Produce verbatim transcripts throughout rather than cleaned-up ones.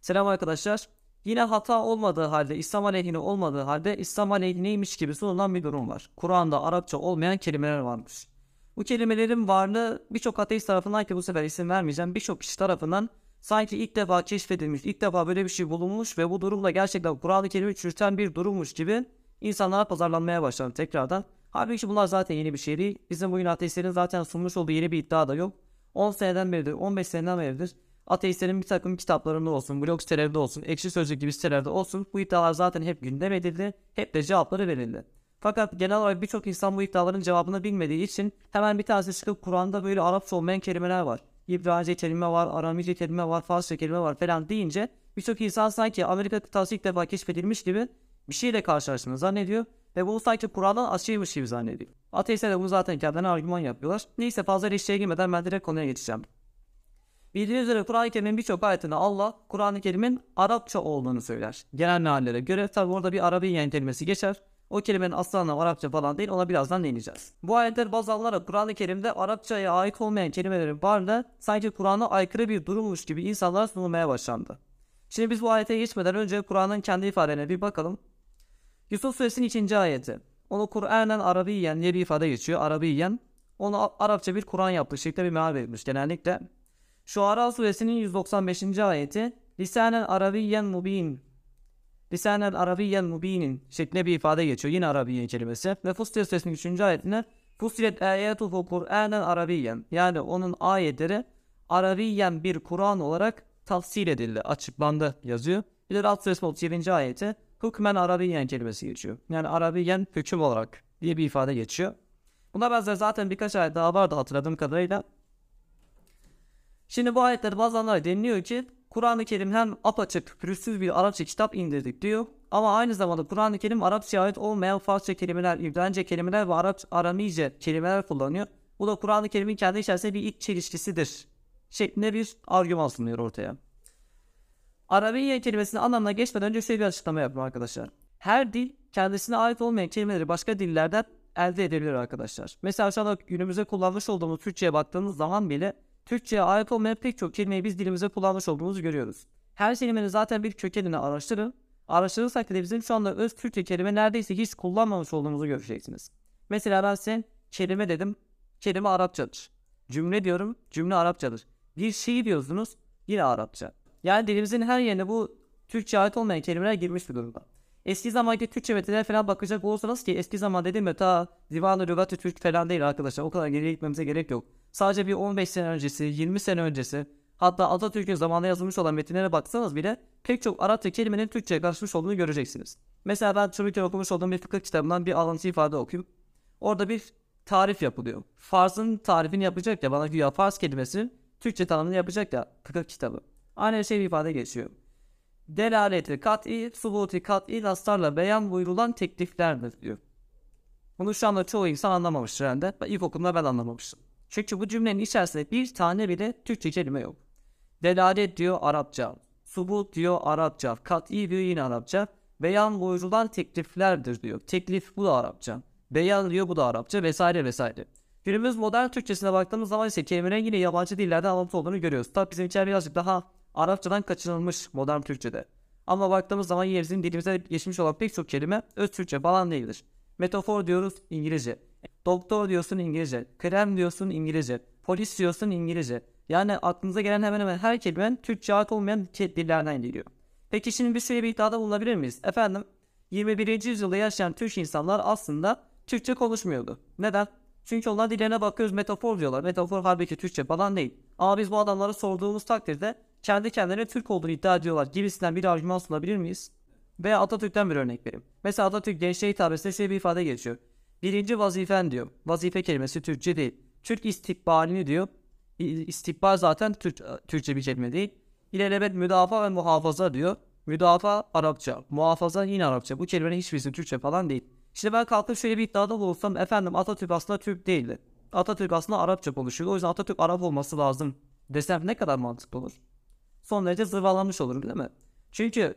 Selam arkadaşlar. Yine hata olmadığı halde, İslam aleyhine olmadığı halde İslam aleyhineymiş gibi sunulan bir durum var. Kur'an'da Arapça olmayan kelimeler varmış. Bu kelimelerin varlığı birçok ateist tarafından, ki bu sefer isim vermeyeceğim, birçok kişi tarafından sanki ilk defa keşfedilmiş, ilk defa böyle bir şey bulunmuş ve bu durumda gerçekten Kur'an-ı Kerim'i çürüten bir durummuş gibi insanlara pazarlanmaya başlandı tekrardan. Halbuki bunlar zaten yeni bir şey değil. Bizim bugün ateistlerin zaten sunmuş olduğu yeni bir iddia da yok. on seneden beridir, on beş seneden beridir ateistlerin bir takım kitaplarında olsun, blog sitelerinde olsun, Ekşi Sözlük gibi sitelerde olsun bu iddialar zaten hep gündem edildi, hep de cevapları verildi. Fakat genel olarak birçok insan bu iddiaların cevabını bilmediği için hemen bir tanesi çıkıp Kur'an'da böyle Arapça olmayan kelimeler var, İbranice kelime var, Aramice kelime var, Farsça kelime var falan deyince birçok insan sanki Amerika kıtası ilk defa keşfedilmiş gibi bir şeyle karşılaştığını zannediyor ve bunu sanki Kur'an'dan aşıymış gibi zannediyor. Ateistler de bunu zaten kendilerine argüman yapıyorlar. Neyse, fazla ilişkiye girmeden ben direkt konuya geçeceğim. Bildiğiniz üzere Kur'an-ı Kerim'in birçok ayetinde Allah Kur'an-ı Kerim'in Arapça olduğunu söyler. Genel meallere göre tabi orada bir Arabiyen kelimesi geçer. O kelimenin aslı anlamı Arapça falan değil, ona birazdan değineceğiz. Bu ayetler baz alınarak Kur'an-ı Kerim'de Arapçaya ait olmayan kelimelerin varlığı sanki Kur'an'a aykırı bir durummuş gibi insanlara sunulmaya başlandı. Şimdi biz bu ayete geçmeden önce Kur'an'ın kendi ifadelerine bir bakalım. Yusuf Suresinin ikinci ayeti. Onu Kur'anen Arabiyen diye bir ifade geçiyor. Arabiyen. Onu Arapça bir Kur'an yaptığı şekilde bir meal verilmiş genellikle. Şuara Suresinin yüz doksan beşinci ayeti Lisanen Arabiyyen Mubin, Lisanen Arabiyyen Mubin'in şeklinde bir ifade geçiyor. Yine Arabiyen kelimesi. Ve Fussilet Suresinin üçüncü ayetine Fussilet ayatuhu Kur'anen Arabiyyen, yani onun ayetleri Arabiyen bir Kur'an olarak tafsir edildi, açıklandı yazıyor. Bir de Ra'd Suresinin otuz yedinci ayeti Hükmen Arabiyen kelimesi geçiyor. Yani Arabiyen hüküm olarak diye bir ifade geçiyor. Buna benzer zaten birkaç ayet daha vardı hatırladığım kadarıyla. Şimdi bu ayetleri bazıları deniliyor ki Kur'an-ı Kerim hem apaçık, pürüzsüz bir Arapça kitap indirdik diyor. Ama aynı zamanda Kur'an-ı Kerim Arapçaya ait olmayan Farsça kelimeler, İbranice kelimeler ve Arap, Aramice kelimeler kullanıyor. Bu da Kur'an-ı Kerim'in kendi içerisinde bir iç çelişkisidir şeklinde bir argüman sunuyor ortaya. Arabiye kelimesinin anlamına geçmeden önce şöyle bir açıklama yapayım arkadaşlar. Her dil kendisine ait olmayan kelimeleri başka dillerden elde edebilir arkadaşlar. Mesela şu anda günümüzde kullanmış olduğumuz Türkçe'ye baktığımız zaman bile Türkçe'ye ait olmayan pek çok kelimeyi biz dilimize kullanmış olduğumuzu görüyoruz. Her kelimenin zaten bir kökenini araştırın. Araştırırsak da bizim şu anda öz Türkçe kelime neredeyse hiç kullanmamış olduğumuzu göreceksiniz. Mesela ben size kelime dedim. Kelime Arapçadır. Cümle diyorum. Cümle Arapçadır. Bir şey diyorsunuz. Yine Arapça. Yani dilimizin her yerine bu Türkçe'ye ait olmayan kelimeler girmiş bir durumda. Eski zamanki Türkçe metinlere falan bakacak olursanız, ki eski zaman dedim ya, ta Divan-ı Lügat-ı Türk falan değil arkadaşlar. O kadar geriye gitmemize gerek yok. Sadece bir on beş sene öncesi, yirmi sene öncesi, hatta Atatürk'ün zamanında yazılmış olan metinlere baksanız bile pek çok Arapça kelimenin Türkçe'ye karışmış olduğunu göreceksiniz. Mesela ben çocukken okumuş olduğum bir fıkıh kitabından bir alıntı ifade okuyayım. Orada bir tarif yapılıyor. Farz'ın tarifini yapacak ya, bana güya Farz kelimesinin Türkçe tanımını yapacak ya fıkıh kitabı. Aynı şey bir ifade geçiyor. Delaleti kat'i, subuti kat'i naslarla beyan buyurulan tekliflerdir diyor. Bunu şu anda çoğu insan anlamamıştır herhalde. İlk okulda ben anlamamıştım. Çünkü bu cümlenin içerisinde bir tane bile Türkçe kelime yok. Delalet diyor Arapça, subut diyor Arapça, kat'i diyor yine Arapça, beyan buyurulan tekliflerdir diyor. Teklif, bu da Arapça. Beyan diyor, bu da Arapça, vesaire vesaire. Günümüz modern Türkçesine baktığımız zaman ise kelimelerin yine yabancı dillerden alıntı olduğunu görüyoruz. Tabi bizim için birazcık daha Arapçadan kaçınılmış modern Türkçede. Ama baktığımız zaman yine bizim dilimize geçmiş olan pek çok kelime öz Türkçe falan değildir. Metafor diyoruz İngilizce. Doktor diyorsun İngilizce. Krem diyorsun İngilizce. Polis diyorsun İngilizce. Yani aklınıza gelen hemen hemen her kelimenin Türkçe ait olmayan dillerden geliyor. Peki şimdi bir şöyle bir iddiada bulunabilir miyiz? Efendim, yirmi birinci yüzyılda yaşayan Türk insanlar aslında Türkçe konuşmuyordu. Neden? Çünkü onlar dillerine bakıyoruz, metafor diyorlar. Metafor halbuki Türkçe falan değil. Ama biz bu adamlara sorduğumuz takdirde kendi kendilerine Türk olduğunu iddia ediyorlar gibisinden bir argüman sunabilir miyiz? Veya Atatürk'ten bir örnek vereyim. Mesela Atatürk gençliğe hitabesinde şöyle bir ifade geçiyor. Birinci vazifen diyor. Vazife kelimesi Türkçe değil. Türk istikbalini diyor. İstikbal zaten Türk, Türkçe bir kelime değil. İlelebet müdafaa ve muhafaza diyor. Müdafaa Arapça. Muhafaza yine Arapça. Bu kelimenin hiçbirisi Türkçe falan değil. Şimdi ben kalkıp şöyle bir iddiada bulunsam, efendim Atatürk aslında Türk değildi. Atatürk aslında Arapça konuşuyor. O yüzden Atatürk Arap olması lazım desem ne kadar mantıklı olur? Son derece zırvalanmış olurum değil mi? Çünkü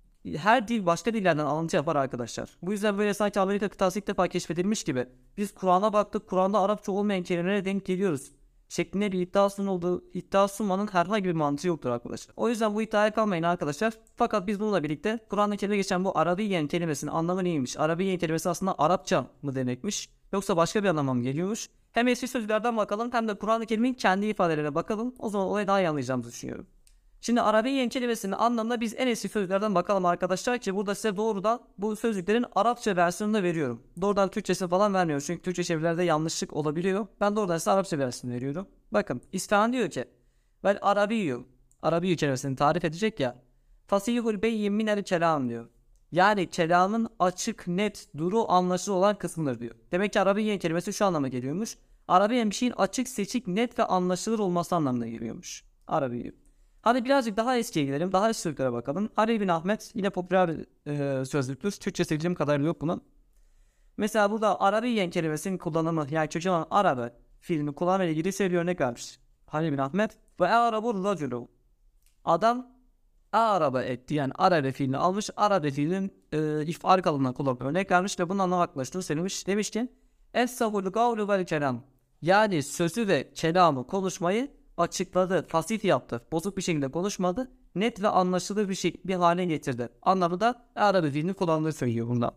her dil başka dillerden alıntı yapar arkadaşlar. Bu yüzden böyle sanki Amerika kıtası ilk defa keşfedilmiş gibi biz Kur'an'a baktık, Kur'an'da Arapça olmayan kelimelere denk geliyoruz. şeklinde bir iddia sunulduğu, iddia sunmanın herhangi bir mantığı yoktur arkadaşlar. O yüzden bu iddiaya kalmayın arkadaşlar. Fakat biz bununla birlikte Kur'an-ı Kerim'de geçen bu Arabiyyen kelimesinin anlamı neymiş? Arabiyyen kelimesi aslında Arapça mı demekmiş? Yoksa başka bir anlama mı geliyormuş? Hem eski sözlerden bakalım hem de Kur'an-ı Kerim'in kendi ifadelerine bakalım. O zaman olayı daha iyi anlayacağımızı düşünüyorum. Şimdi Arabiyyen kelimesinin anlamına biz en eski sözlerden bakalım arkadaşlar ki burada size doğrudan bu sözcüklerin Arapça versiyonunu veriyorum. Doğrudan Türkçesini falan vermiyorum çünkü Türkçe çevirilerde yanlışlık olabiliyor. Ben doğrudan size Arapça versiyonunu veriyorum. Bakın İsfahan diyor ki ben Arabiyyum. Arabiyyu kelimesini tarif edecek ya. Fasihul beyyin minel kelam diyor. Yani kelamın açık, net, duru, anlaşılır olan kısmıdır diyor. Demek ki Arabiyyen kelimesi şu anlama geliyormuş. Arabiyyen bir şeyin açık, seçik, net ve anlaşılır olması anlamına geliyormuş. Arabiyyu. Hadi birazcık daha eskiye gidelim. Daha eski sözlüklere bakalım. Halil bin Ahmet yine popüler e, sözlüktür. Türkçe bildiğim kadarıyla yok bunun. Mesela burada Arabiyyen kelimesinin kullanımı yani köken olan Arabe fiilini kullanma ile ilgili şöyle bir örnek vermiş. Halil bin Ahmet ve Arabur raculu. Adam Arabe etti yani Arabe fiilini almış. Arabe fiilinin e, ifar kalıbından kullanıp örnek vermiş ve bunun anlamı yaklaştığını söylemiş. Demiş ki Es-sahul gavlu vel kelam. Yani sözü ve kelamı konuşmayı açıkladı, fasih yaptı. Bozuk bir şekilde konuşmadı. Net ve anlaşılır bir şey bir hale getirdi. Anlamı da Arabi fiilini kullandığı söylüyor bunda.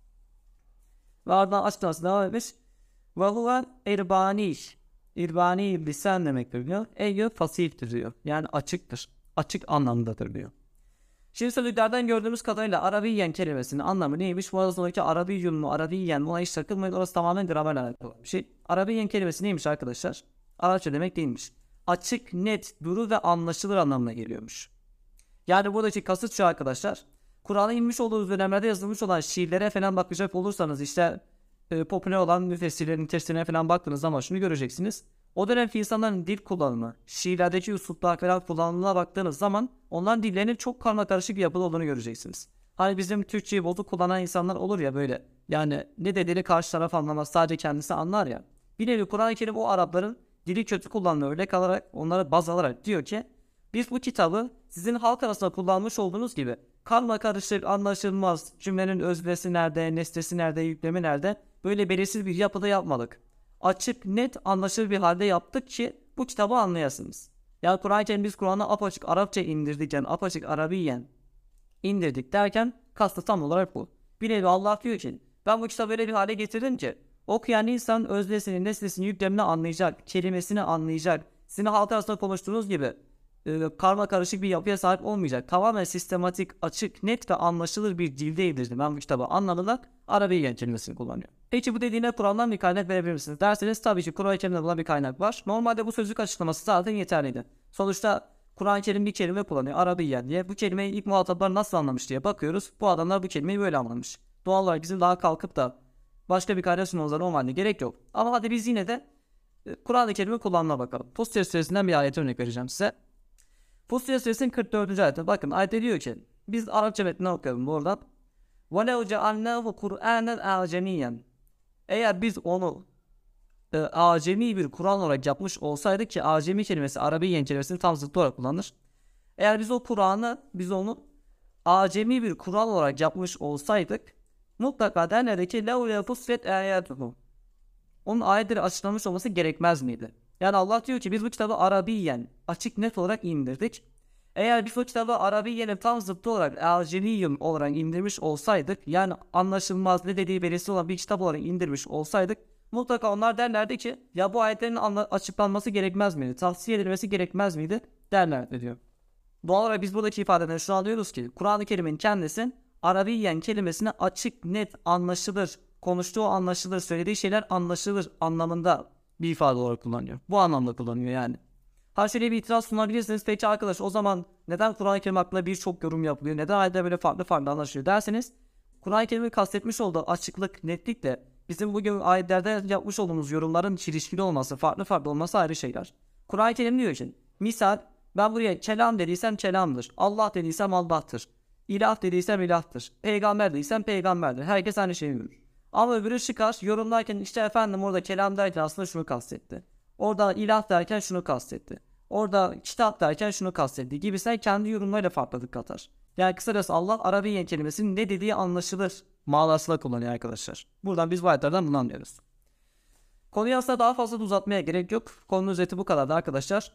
Ve ardından açıklaması devam etmiş. Ve huve irbani. İrbani lisan demektir diyor. Eyyü fasihtir diyor. Yani açıktır. Açık anlamdadır diyor. Şimdi sözlüklerden gördüğümüz kadarıyla Arabiyyen kelimesinin anlamı neymiş? Bu arasındaki Arabiyyun mu, Arabiyyen buna hiç takılmayın. Orası tamamen gramerle alakalı bir şey. Arabiyyen kelimesi neymiş arkadaşlar? Arapça demek değilmiş. Açık, net, duru ve anlaşılır anlamına geliyormuş. Yani buradaki kasıt şu arkadaşlar. Kur'an'a inmiş olduğu dönemlerde yazılmış olan şiirlere falan bakacak olursanız işte e, popüler olan müfessirlerin tefsirine falan baktığınız zaman şunu göreceksiniz. O dönemki insanların dil kullanımı, şiirlerdeki üsluplar falan kullanımına baktığınız zaman onların dillerinin çok karmakarışık bir yapıda olduğunu göreceksiniz. Hani bizim Türkçeyi bozuk kullanan insanlar olur ya böyle. Yani ne dediğini karşı taraf anlamaz, sadece kendisi anlar ya. Bir nevi Kur'an-ı Kerim o Arapların dili kötü kullandığı örnek alarak, onları baz alarak diyor ki biz bu kitabı sizin halk arasında kullanmış olduğunuz gibi karma karışık, anlaşılmaz, cümlenin öznesi nerede, nesnesi nerede, yüklemi nerede böyle belirsiz bir yapıda yapmadık. Açık, net, anlaşılır bir halde yaptık ki bu kitabı anlayasınız. Yani Kur'an-ı Kerim biz Kur'an'ı apaçık Arapça indirdik yani apaçık Arabiyyen indirdik derken kastı tam olarak bu. Bir nevi Allah diyor ki ben bu kitabı öyle bir hale getirdim ki okuyan insan öznesini, nesnesini, yüklemini anlayacak, kelimesini anlayacak. Sizin halk arasında konuştuğunuz gibi e, karma karışık bir yapıya sahip olmayacak. Tamamen sistematik, açık, net ve anlaşılır bir dilde yedirdim. Ben bu kitabı anlamında Arabiyyen kelimesini kullanıyorum. Peki bu dediğine Kur'an'dan bir kaynak verebilir misiniz? Derseniz tabii ki Kur'an-ı Kerim'de buna bir kaynak var. Normalde bu sözlük açıklaması zaten yeterliydi. Sonuçta Kur'an-ı Kerim bir kelime kullanıyor Arabiyyen diye. Bu kelimeyi ilk muhataplar nasıl anlamış diye bakıyoruz. Bu adamlar bu kelimeyi böyle anlamış. Doğal olarak bizim daha kalkıp da başka bir kaynak sunmamıza normalde gerek yok. Ama hadi biz yine de e, Kur'an-ı Kerim'i kullanmaya bakalım. Fussilet suresinden bir ayet örnek vereceğim size. Fussilet suresinin kırk dördüncü ayeti. Bakın ayette diyor ki biz Arapça metnini okuyalım buradan. وَلَوْ جَعَلْنَاهُ قُرْآنًا اَعْجَمِيًّا. Eğer biz onu e, acemi bir Kur'an olarak yapmış olsaydık ki acemi kelimesi Arabiyyen kelimesini tam zıttı olarak kullanır. Eğer biz o Kur'an'ı biz onu acemi bir Kur'an olarak yapmış olsaydık mutlaka derlerdi ki لَوْ يَفُسْفَتْ اَيَاتُهُ. Onun ayetleri açıklanmış olması gerekmez miydi? Yani Allah diyor ki biz bu kitabı Arabiyyen açık net olarak indirdik. Eğer biz bu kitabı Arabiyyen'in tam zıttı olarak Acemiyyum olarak indirmiş olsaydık yani anlaşılmaz ne dediği belirsiz olan bir kitap olarak indirmiş olsaydık mutlaka onlar derlerdi ki ya bu ayetlerin açıklanması gerekmez miydi? Tavsiye edilmesi gerekmez miydi? Derlerdi diyor. Doğal olarak biz buradaki ifadeden şunu anlıyoruz ki Kur'an-ı Kerim'in kendisi Arabiyyen kelimesine açık, net, anlaşılır, konuştuğu anlaşılır, söylediği şeyler anlaşılır anlamında bir ifade olarak kullanıyor. Bu anlamda kullanıyor yani. Her şöyle bir itiraz sunabilirsiniz. Peki arkadaş o zaman neden Kur'an-ı Kerim hakkında birçok yorum yapılıyor? Neden ayetler böyle farklı farklı anlaşılıyor derseniz Kur'an-ı Kerim'in kastetmiş olduğu açıklık, netlikle bizim bugün ayetlerde yapmış olduğumuz yorumların çelişkili olması, farklı farklı olması ayrı şeyler. Kur'an-ı Kerim diyor ki misal ben buraya kelam dediysem kelamdır. Allah dediysem Allah'tır. İlah dediysem ilahtır. Peygamber dediysem peygamberdir. Herkes aynı şeyi görür. Ama öbürü çıkar yorumlarken işte efendim orada kelam derken aslında şunu kastetti. Orada ilah derken şunu kastetti. Orada kitap derken şunu kastetti gibi sen kendi yorumlarıyla farklılık katar. Yani kısacası Allah Arabiyyen kelimesinin ne dediği anlaşılır manasıyla kullanıyor arkadaşlar. Buradan biz bu ayetlerden bunu anlıyoruz. Konuyu aslında daha fazla da uzatmaya gerek yok. Konunun özeti bu kadardı arkadaşlar.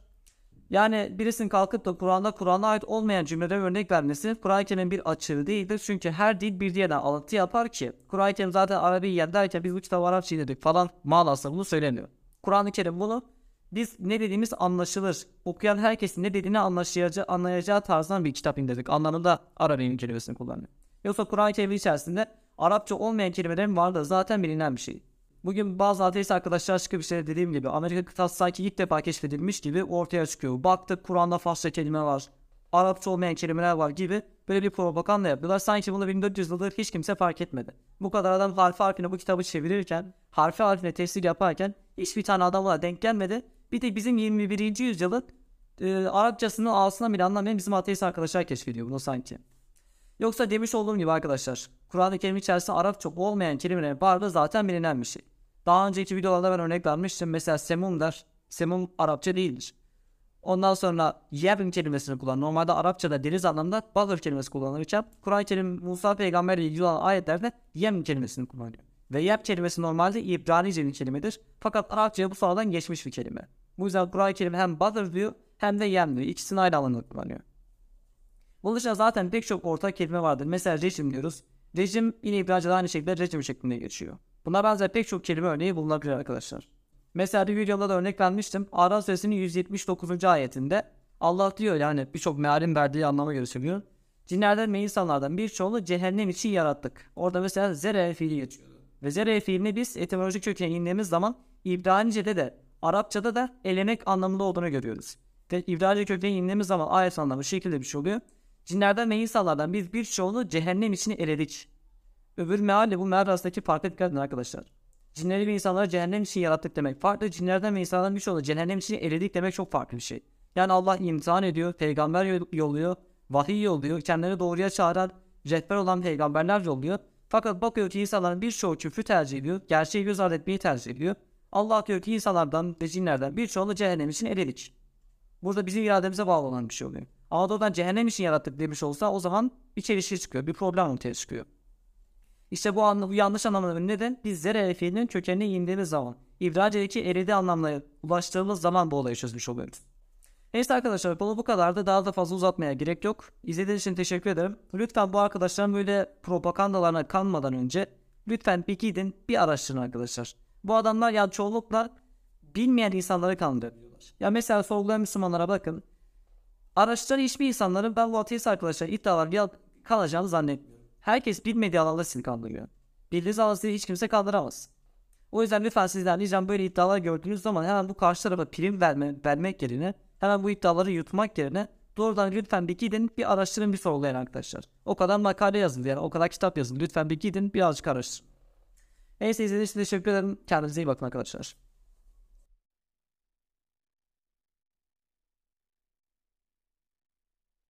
Yani birisinin kalkıp da Kur'an'da Kur'an'a ait olmayan cümlelere örnek vermesi Kur'an-ı Kerim'in bir açığı değildir. Çünkü her dil bir diğerden alıntı yapar ki Kur'an-ı Kerim zaten Arabiyen derken biz bu kitabı Arapça dedik falan manasında bunu söylemiyor. Kur'an-ı Kerim bunu biz ne dediğimiz anlaşılır, okuyan herkesin ne dediğini anlaşacağı, anlayacağı tarzdan bir kitap indirdik anlamında Arabiyen kelimesini kullanıyor. Yoksa Kur'an-ı Kerim içerisinde Arapça olmayan kelimelerin varlığı zaten bilinen bir şey. Bugün bazı ateist arkadaşlar çıkıp işte dediğim gibi Amerika kıtası sanki ilk defa keşfedilmiş gibi ortaya çıkıyor. Baktık Kur'an'da Farsça kelime var, Arapça olmayan kelimeler var gibi böyle bir propaganda yapıyorlar. Sanki bunu bin dört yüz yıldır hiç kimse fark etmedi. Bu kadar adam harfi harfine bu kitabı çevirirken, harfi harfine tefsir yaparken hiçbir tane adam buna denk gelmedi. Bir de bizim yirmi birinci yüzyılın e, Arapçasını ağzına bile anlamayan bizim ateist arkadaşlar keşfediyor bunu sanki. Yoksa demiş olduğum gibi arkadaşlar, Kur'an-ı Kerim içerisinde Arapça olmayan kelimelerin varlığı zaten bilinen bir şey. Daha önceki videolarda ben örnek vermiştim. Mesela semum der. Semum Arapça değildir. Ondan sonra yevm kelimesini kullanır. Normalde Arapçada deniz anlamında bahır kelimesi kullanılırken Kur'an-ı Kerim Musa peygamberle ilgili olan ayetlerde yem kelimesini kullanıyor. Ve yem kelimesi normalde İbranice bir kelimedir. Fakat Arapçaya bu sonradan geçmiş bir kelime. Bu yüzden Kur'an-ı Kerim hem bahır diyor hem de yem diyor. İkisini aynı anlamda kullanıyor. Bunun dışında zaten pek çok ortak kelime vardır. Mesela rejim diyoruz. Rejim yine İbranice'de aynı şekilde rejim şeklinde geçiyor. Buna benzer pek çok kelime örneği bulunabilir arkadaşlar. Mesela bir videoda da örnek vermiştim. Araf suresinin yüz yetmiş dokuzuncu ayetinde Allah diyor yani birçok mealin verdiği anlama göre söylüyor. Cinlerden ve insanlardan birçoğunu cehennem için yarattık. Orada mesela zere fiili geçiyor. Ve zere fiilini biz etimolojik kökene indiğimiz zaman İbranice'de de Arapçada da elemek anlamında olduğunu görüyoruz. Ve İbranice kökene indiğimiz zaman ayet anlamı şekilde bir şey oluyor. Cinlerden ve insanlardan biz birçoğunu cehennem için eledik. Öbür mealle bu meal arasındaki farka dikkat edin arkadaşlar. Cinleri ve insanları cehennem için yarattık demek farklı. Cinlerden ve insanlardan birçoğunu cehennem için eledik demek çok farklı bir şey. Yani Allah imtihan ediyor, peygamber yolluyor, vahiy yolluyor, kendileri doğruya çağıran, rehber olan peygamberler yolluyor. Fakat bakıyor ki insanların birçoğu küfrü tercih ediyor, gerçeği göz ardı etmeyi tercih ediyor. Allah diyor ki insanlardan ve cinlerden birçoğunu cehennem için eledik. Burada bizim irademize bağlı olan bir şey oluyor. Ama doğrudan cehennem için yarattık demiş olsa o zaman bir çelişki çıkıyor, bir problem ortaya çıkıyor. İşte bu, anla, bu yanlış anlamların neden? Biz zere fiilinin kökenine indiğimiz zaman, İbranice'deki eridi anlamına ulaştığımız zaman bu olayı çözmüş oluyoruz. Neyse arkadaşlar konu bu kadardı. Daha da fazla uzatmaya gerek yok. İzlediğiniz için teşekkür ederim. Lütfen bu arkadaşların böyle propagandalarına kanmadan önce lütfen bir gidin bir araştırın arkadaşlar. Bu adamlar ya çoğunlukla bilmeyen insanları kandırıyorlar. Ya mesela sorgulayan Müslümanlara bakın. Araştıran hiçbir insanların ben bu ateist arkadaşlar iddialar kalacağını zannetmiyorum. Herkes bilmediği alanda sizi kandırıyor. Bildiğiniz alanda sizi hiç kimse kandıramaz. O yüzden lütfen sizden ricam böyle iddialar gördüğünüz zaman hemen bu karşı tarafa prim verme, vermek yerine hemen bu iddiaları yutmak yerine doğrudan lütfen bir gidin bir araştırın bir sorgulayın arkadaşlar. O kadar makale yazın yani o kadar kitap yazın. Lütfen bir gidin birazcık araştırın. Neyse izlediğiniz için teşekkür ederim. Kendinize iyi bakın arkadaşlar.